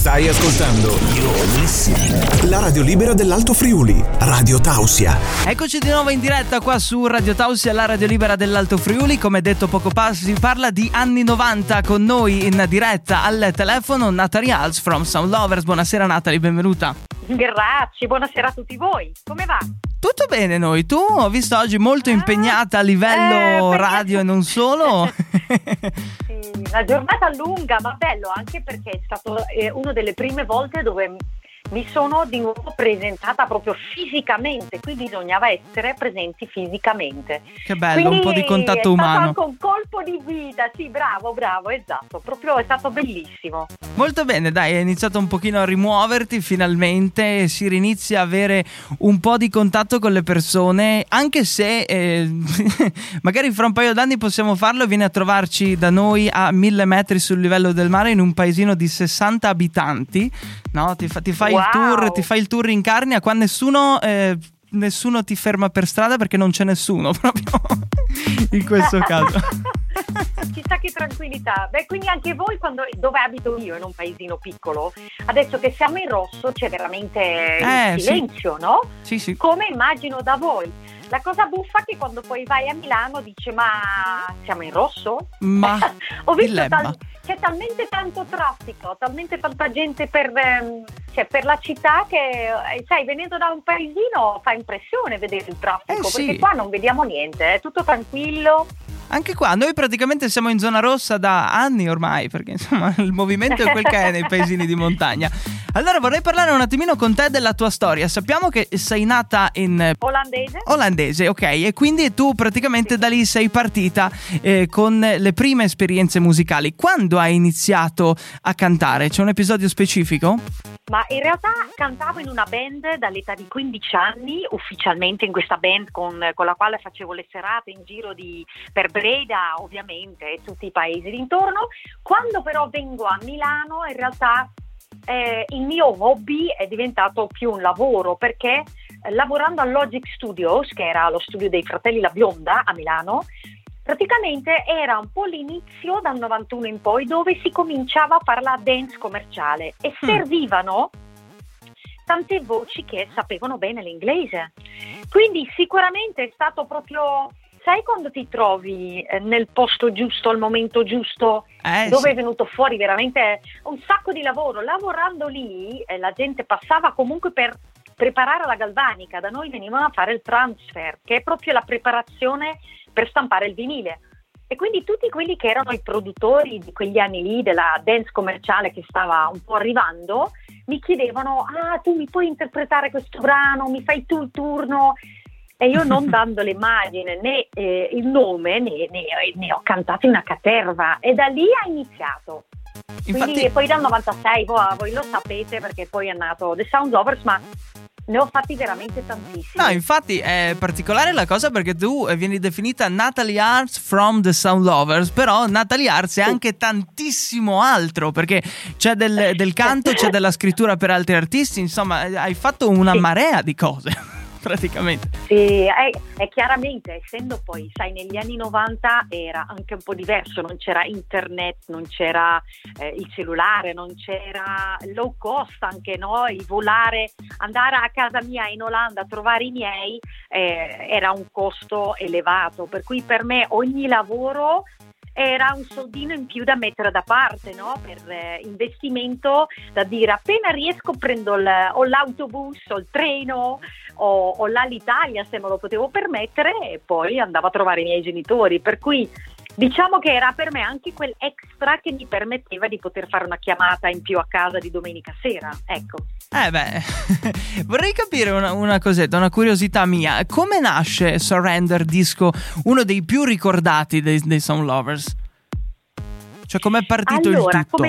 Stai ascoltando la radio libera dell'Alto Friuli, Radio Tausia. Eccoci di nuovo in diretta qua su Radio Tausia, la radio libera dell'Alto Friuli. Come detto poco fa, si parla di anni 90 con noi in diretta al telefono Natalie Hals from Sound Lovers. Buonasera Natalie, benvenuta. Grazie, buonasera a tutti voi. Come va? Tutto bene noi, tu ho visto oggi molto impegnata a livello radio e non solo. Sì, la giornata lunga, ma bello anche perché è stato una delle prime volte dove mi sono di nuovo presentata proprio fisicamente, qui bisognava essere presenti fisicamente. Che bello, un po' di contatto umano. È stato anche un colpo di vita, sì, bravo, esatto, proprio è stato bellissimo. Molto bene, dai, hai iniziato un pochino a rimuoverti finalmente e si rinizia a avere un po' di contatto con le persone, anche se magari fra un paio d'anni possiamo farlo e vieni a trovarci da noi a 1000 metri sul livello del mare in un paesino di 60 abitanti, no? Ti fai ti fai il tour in Carnia qua nessuno ti ferma per strada perché non c'è nessuno proprio in questo caso. Chissà che tranquillità. Beh, quindi anche voi dove abito io in un paesino piccolo, adesso che siamo in rosso c'è veramente il silenzio, sì. No? Sì. Come immagino da voi. La cosa buffa è che quando poi vai a Milano dice ma siamo in rosso? Ma ho visto c'è talmente tanto traffico, talmente tanta gente per la città che sai, venendo da un paesino fa impressione vedere il traffico, perché qua non vediamo niente, è tutto tranquillo. Anche qua, noi praticamente siamo in zona rossa da anni ormai, perché insomma il movimento è quel che è nei paesini di montagna. Allora vorrei parlare un attimino con te della tua storia. Sappiamo che sei nata in olandese, ok, e quindi tu praticamente da lì sei partita con le prime esperienze musicali. Quando hai iniziato a cantare? C'è un episodio specifico? Ma in realtà cantavo in una band dall'età di 15 anni, ufficialmente in questa band con la quale facevo le serate in giro per Breda ovviamente e tutti i paesi d'intorno. Quando però vengo a Milano in realtà il mio hobby è diventato più un lavoro, perché lavorando al Logic Studios, che era lo studio dei fratelli La Bionda a Milano, praticamente era un po' l'inizio dal 91 in poi dove si cominciava a fare la dance commerciale e servivano tante voci che sapevano bene l'inglese. Quindi sicuramente è stato proprio, sai, quando ti trovi nel posto giusto, al momento giusto, dove è venuto fuori veramente un sacco di lavoro. Lavorando lì la gente passava comunque per preparare la galvanica, da noi venivano a fare il transfer, che è proprio la preparazione per stampare il vinile. E quindi tutti quelli che erano i produttori di quegli anni lì, della dance commerciale che stava un po' arrivando, mi chiedevano: tu mi puoi interpretare questo brano, mi fai tu il turno? E io, non dando l'immagine né il nome, ne ho cantato una caterva, e da lì ha iniziato. Quindi, e poi dal 96, voi lo sapete perché poi è nato The Sound Lovers, ma ne ho fatti veramente tantissimi. No, infatti è particolare la cosa perché tu vieni definita Natalie Hals from the Sound Lovers, però Natalie Hals è anche tantissimo altro, perché c'è del canto, c'è della scrittura per altri artisti, insomma hai fatto una marea di cose praticamente. Sì, è chiaramente, essendo poi, sai, negli anni 90 era anche un po' diverso, non c'era internet, non c'era il cellulare, non c'era low cost anche, no? Il volare, andare a casa mia in Olanda a trovare i miei era un costo elevato, per cui per me ogni lavoro era un soldino in più da mettere da parte, no? Per investimento, da dire appena riesco prendo o l'autobus o il treno o l'Alitalia se me lo potevo permettere, e poi andavo a trovare i miei genitori, per cui diciamo che era per me anche quel extra che mi permetteva di poter fare una chiamata in più a casa di domenica sera, ecco. Vorrei capire una cosetta, una curiosità mia. Come nasce Surrender, disco uno dei più ricordati dei Sound Lovers? Cioè, com'è partito il tutto?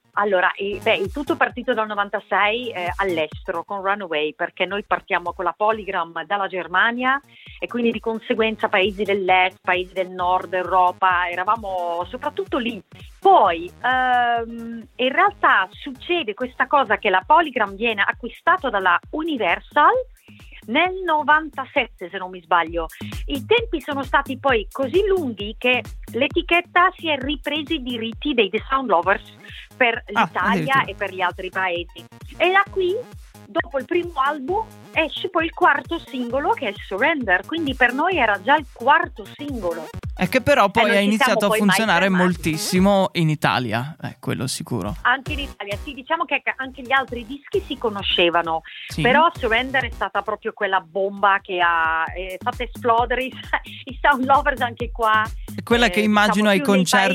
Il tutto è partito dal 96 all'estero con Runaway, perché noi partiamo con la Polygram dalla Germania e quindi di conseguenza paesi dell'est, paesi del nord Europa, eravamo soprattutto lì. Poi in realtà succede questa cosa che la Polygram viene acquistata dalla Universal, nel 97 se non mi sbaglio. I tempi sono stati poi così lunghi che l'etichetta si è ripresa i diritti dei The Sound Lovers per l'Italia e per gli altri paesi, e da qui, dopo il primo album, esce poi il quarto singolo che è Surrender, quindi per noi era già il quarto singolo. E che però poi ha iniziato a funzionare mai moltissimo in Italia, quello sicuro. Anche in Italia, sì, diciamo che anche gli altri dischi si conoscevano, sì. Però Surrender è stata proprio quella bomba che ha fatto esplodere i Sound Lovers anche qua. È quella che immagino diciamo,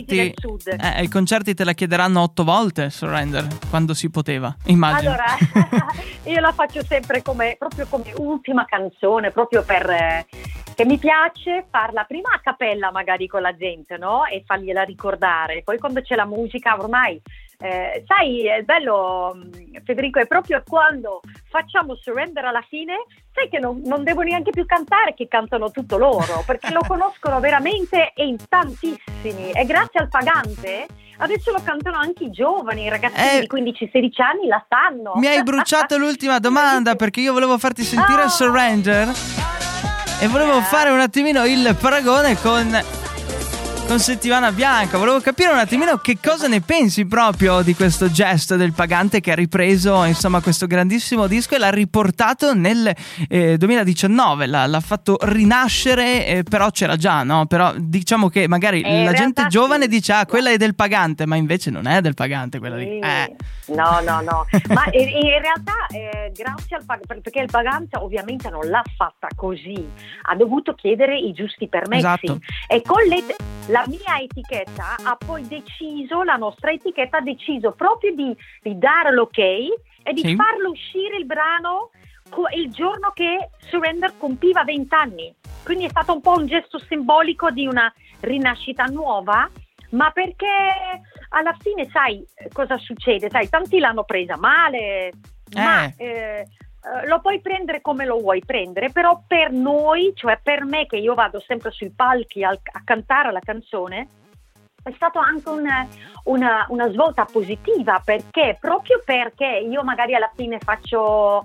ai concerti te la chiederanno 8 volte, Surrender, quando si poteva, immagino. Allora, io la faccio sempre proprio come ultima canzone, proprio per... che mi piace farla prima a cappella magari con la gente, no? E fargliela ricordare. Poi quando c'è la musica ormai, sai, è bello, Federico, è proprio quando facciamo Surrender alla fine, sai che non devo neanche più cantare, che cantano tutto loro, perché lo conoscono veramente e in tantissimi. E grazie al Pagante adesso lo cantano anche i giovani, i ragazzini di 15-16 anni la sanno. Mi hai bruciato l'ultima domanda, perché io volevo farti sentire Surrender e volevo fare un attimino il paragone con Settimana Bianca. Volevo capire un attimino che cosa ne pensi proprio di questo gesto del Pagante, che ha ripreso insomma questo grandissimo disco e l'ha riportato nel 2019, l'ha fatto rinascere, però c'era già, no? Però diciamo che magari la gente giovane dice quella è del Pagante, ma invece non è del Pagante quella lì. No, ma in realtà grazie al Pagante, perché il Pagante ovviamente non l'ha fatta così, ha dovuto chiedere i giusti permessi. Esatto. E con la mia etichetta ha poi deciso, la nostra etichetta ha deciso proprio di dare l'ok e di farlo uscire il brano il giorno che Surrender compiva 20 anni. Quindi è stato un po' un gesto simbolico di una rinascita nuova, ma perché alla fine sai cosa succede? Sai, tanti l'hanno presa male, ma lo puoi prendere come lo vuoi prendere, però per noi, cioè per me che io vado sempre sui palchi a cantare la canzone, è stato anche una svolta positiva, perché proprio perché io magari alla fine faccio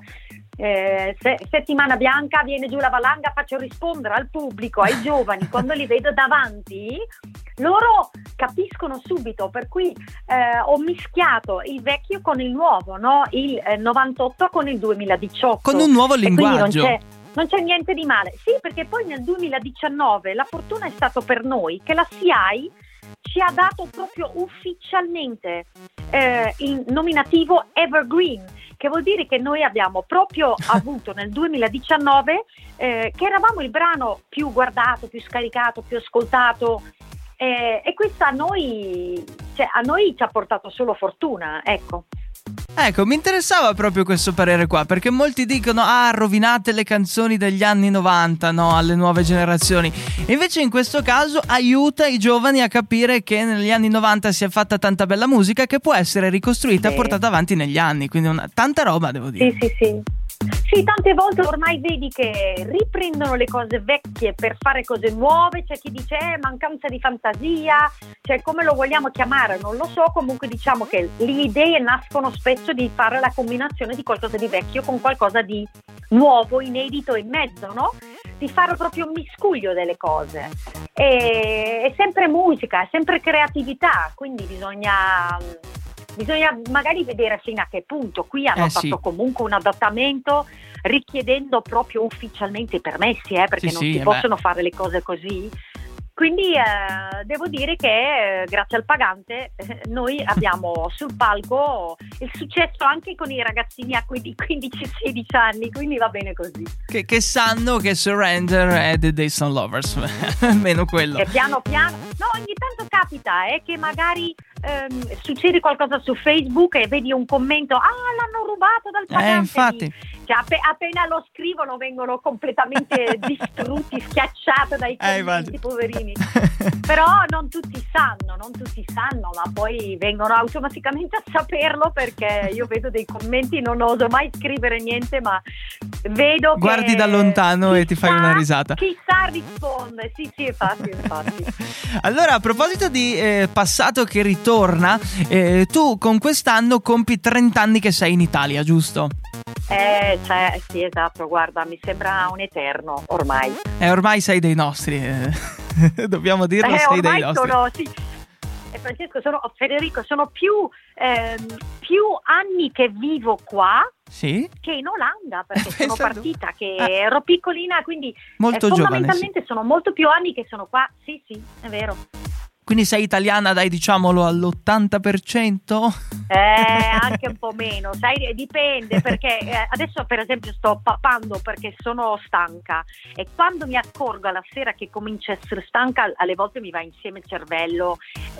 Settimana Bianca, viene giù la valanga, faccio rispondere al pubblico, ai giovani, quando li vedo davanti loro capiscono subito, per cui ho mischiato il vecchio con il nuovo, no? Il 98 con il 2018, con un nuovo linguaggio. Non c'è niente di male, sì, perché poi nel 2019 la fortuna è stata per noi che la SIAE ci ha dato proprio ufficialmente il nominativo Evergreen, che vuol dire che noi abbiamo proprio avuto nel 2019 che eravamo il brano più guardato, più scaricato, più ascoltato, e questo a noi ci ha portato solo fortuna, ecco. Ecco, mi interessava proprio questo parere qua, perché molti dicono rovinate le canzoni degli anni 90, no, alle nuove generazioni. E invece in questo caso aiuta i giovani a capire che negli anni 90 si è fatta tanta bella musica che può essere ricostruita e portata avanti negli anni, quindi tanta roba, devo dire. Sì, tante volte ormai vedi che riprendono le cose vecchie per fare cose nuove, c'è chi dice mancanza di fantasia, cioè come lo vogliamo chiamare, non lo so, comunque diciamo che le idee nascono spesso di fare la combinazione di qualcosa di vecchio con qualcosa di nuovo, inedito in mezzo, no? Di fare proprio un miscuglio delle cose. È sempre musica, è sempre creatività, quindi bisogna magari vedere fino a che punto. Qui hanno fatto comunque un adattamento richiedendo proprio ufficialmente i permessi, perché non si possono fare le cose così. Quindi devo dire che grazie al Pagante noi abbiamo sul palco il successo anche con i ragazzini a 15-16 anni, quindi va bene così. Che sanno che Surrender è dei Sound Lovers, almeno quello. E piano piano, no, ogni tanto capita che magari succede qualcosa su Facebook e vedi un commento, l'hanno rubato dal Pagante. Infatti. Cioè, appena lo scrivono vengono completamente distrutti, schiacciati dai commenti, poverini. Però non tutti sanno, ma poi vengono automaticamente a saperlo, perché io vedo dei commenti, non oso mai scrivere niente, ma Vedo guardi che da lontano e ti fai una risata. Chissà risponde, sì, infatti. Allora, a proposito di passato che ritorna, tu con quest'anno compi 30 anni che sei in Italia, giusto? Sì, esatto, guarda, mi sembra un eterno ormai. Ormai sei dei nostri, dobbiamo dirlo, sei dei nostri. Federico, sono più anni che vivo qua, sì, che in Olanda, perché sono partita che ero piccolina, quindi molto fondamentalmente giovane, sì. Sono molto più anni che sono qua. Sì, è vero. Quindi sei italiana, dai, diciamolo all'80%? Anche un po' meno, sai, dipende, perché adesso per esempio sto papando perché sono stanca, e quando mi accorgo alla sera che comincio a essere stanca, alle volte mi va insieme il cervello,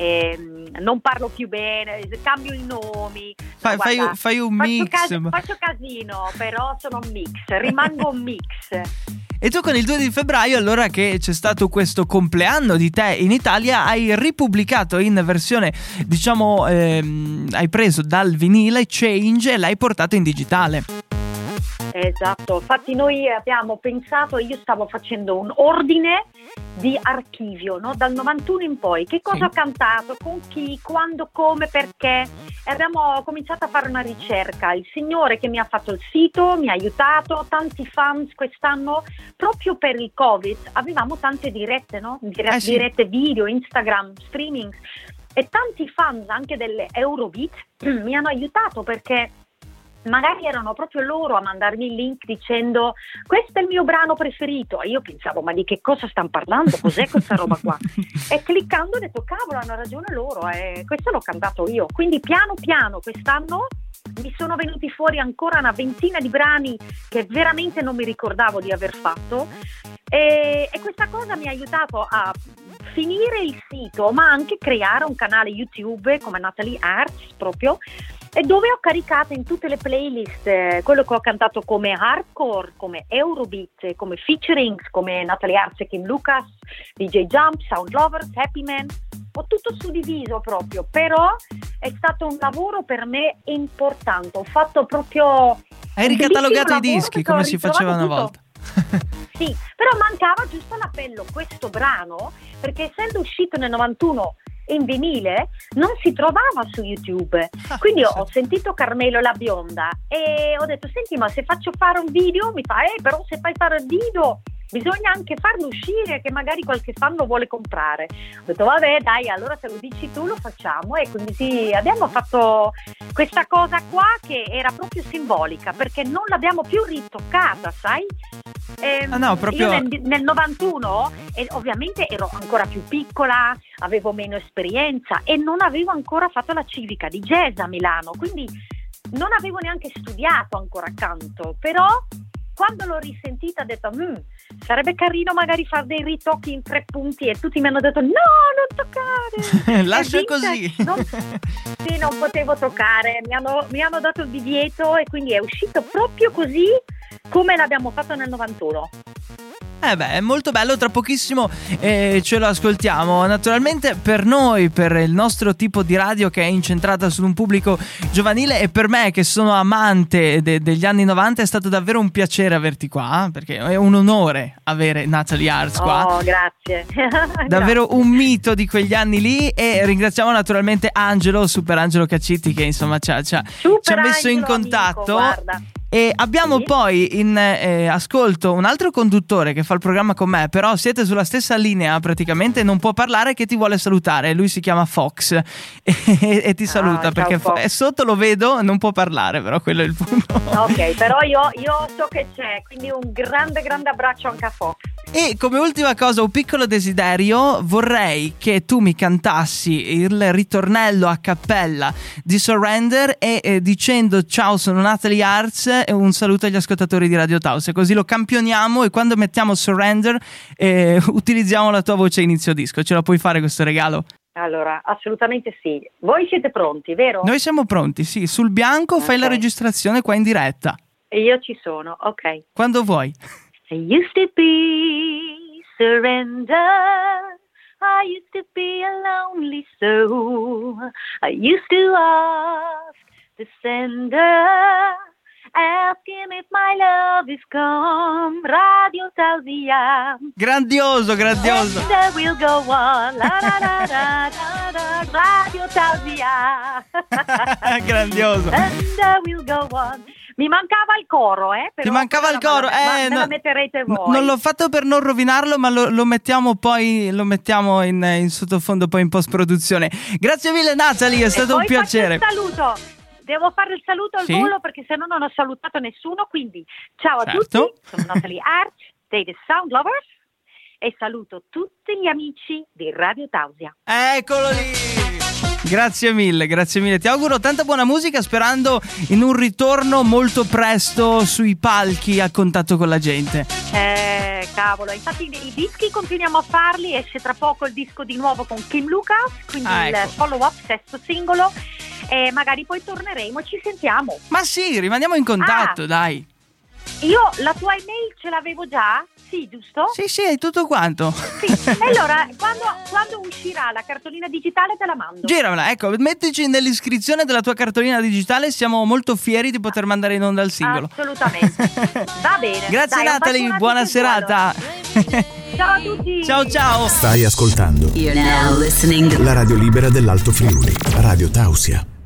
non parlo più bene, cambio i nomi. Fai un mix. Faccio casino, però sono un mix, rimango un mix. E tu con il 2 di febbraio, allora che c'è stato questo compleanno di te in Italia, hai ripubblicato in versione, diciamo, hai preso dal vinile Change e l'hai portato in digitale. Esatto, infatti noi abbiamo pensato, io stavo facendo un ordine di archivio, no? Dal 91 in poi, che cosa ho cantato, con chi, quando, come, perché, e abbiamo cominciato a fare una ricerca. Il signore che mi ha fatto il sito mi ha aiutato, tanti fans quest'anno, proprio per il Covid avevamo tante dirette, no? Dirette video, Instagram, streaming, e tanti fans anche delle Eurobeat mi hanno aiutato, perché magari erano proprio loro a mandarmi il link dicendo questo è il mio brano preferito, e io pensavo ma di che cosa stanno parlando, cos'è questa roba qua, e cliccando ho detto cavolo, hanno ragione loro, questo l'ho cantato io. Quindi piano piano quest'anno mi sono venuti fuori ancora una ventina di brani che veramente non mi ricordavo di aver fatto, e questa cosa mi ha aiutato a finire il sito, ma anche creare un canale YouTube come Natalie Arts proprio, e dove ho caricato in tutte le playlist quello che ho cantato come hardcore, come Eurobeat, come featurings, come Natalie Arts e Kim Lucas, DJ Jump, Sound Lovers, Happy Man. Ho tutto suddiviso proprio, però è stato un lavoro per me importante. Ho fatto proprio... Hai ricatalogato i dischi come si faceva una volta. Sì, però mancava giusto l'appello, questo brano, perché essendo uscito nel 91 in vinile non si trovava su YouTube, quindi ho sentito Carmelo La Bionda e ho detto senti, ma se faccio fare un video, mi fa però se fai fare il video bisogna anche farlo uscire, che magari qualche fan lo vuole comprare. Ho detto vabbè dai, allora se lo dici tu lo facciamo, e quindi sì, abbiamo fatto questa cosa qua che era proprio simbolica, perché non l'abbiamo più ritoccata, sai? No, proprio... Io nel 91 ovviamente ero ancora più piccola, avevo meno esperienza e non avevo ancora fatto la civica di jazz a Milano, quindi non avevo neanche studiato ancora canto, però quando l'ho risentita ho detto sarebbe carino magari fare dei ritocchi in 3 punti, e tutti mi hanno detto no, non toccare lascia così. Non potevo toccare, mi hanno dato il divieto, e quindi è uscito proprio così come l'abbiamo fatto nel 91. È molto bello, tra pochissimo ce lo ascoltiamo. Naturalmente per noi, per il nostro tipo di radio che è incentrata su un pubblico giovanile, e per me che sono amante degli anni 90, è stato davvero un piacere averti qua, perché è un onore avere Natalie Arts qua. Oh, grazie. Davvero un mito di quegli anni lì, e ringraziamo naturalmente Super Angelo Caccitti, che insomma ci ha messo in contatto. Amico, e abbiamo poi in ascolto un altro conduttore che fa il programma con me, però siete sulla stessa linea praticamente, non può parlare, che ti vuole salutare. Lui si chiama Fox e ti saluta, perché è sotto, lo vedo, non può parlare, però quello è il punto. Ok, però io so che c'è, quindi un grande abbraccio anche a Fox. E come ultima cosa, un piccolo desiderio: vorrei che tu mi cantassi il ritornello a cappella di Surrender, e dicendo ciao, sono Natalie Arts, e un saluto agli ascoltatori di Radio Tausia, così lo campioniamo, e quando mettiamo Surrender utilizziamo la tua voce inizio disco. Ce la puoi fare questo regalo? Allora, assolutamente sì. Voi siete pronti, vero? Noi siamo pronti, sì. Sul bianco, okay. Fai la registrazione qua in diretta. E io ci sono, ok. Quando vuoi. I used to be surrender, I used to be a lonely soul, I used to ask the sender, Ask him if my love is come. Radio Tausia. Grandioso, grandioso. And we'll go on. La la la la la la. Radio Tausia. Grandioso. And we'll go on. Mi mancava il coro, però ti mancava il coro? Me la metterete voi. Non l'ho fatto per non rovinarlo, ma lo mettiamo poi, in sottofondo poi in post-produzione. Grazie mille Natalie, è stato un piacere. Faccio il saluto. Devo fare il saluto al volo perché sennò non ho salutato nessuno, quindi ciao a tutti, sono Natalie Arch dei The Sound Lovers e saluto tutti gli amici di Radio Tausia. Eccolo lì! Grazie mille. Ti auguro tanta buona musica, sperando in un ritorno molto presto sui palchi a contatto con la gente. Cavolo, infatti i dischi continuiamo a farli, esce tra poco il disco di nuovo con Kim Lucas, quindi il follow-up, sesto singolo, e magari poi torneremo e ci sentiamo. Ma sì, rimaniamo in contatto, dai. Io la tua email ce l'avevo già? Sì, giusto? Sì, hai tutto quanto. Sì, e allora quando uscirà la cartolina digitale te la mando. Giramela, ecco, mettici nell'iscrizione della tua cartolina digitale, siamo molto fieri di poter mandare in onda il singolo. Assolutamente. Va bene. Grazie Natalie, buona serata. Ciao a tutti. Ciao. Stai ascoltando la radio libera dell'Alto Friuli, Radio Tausia.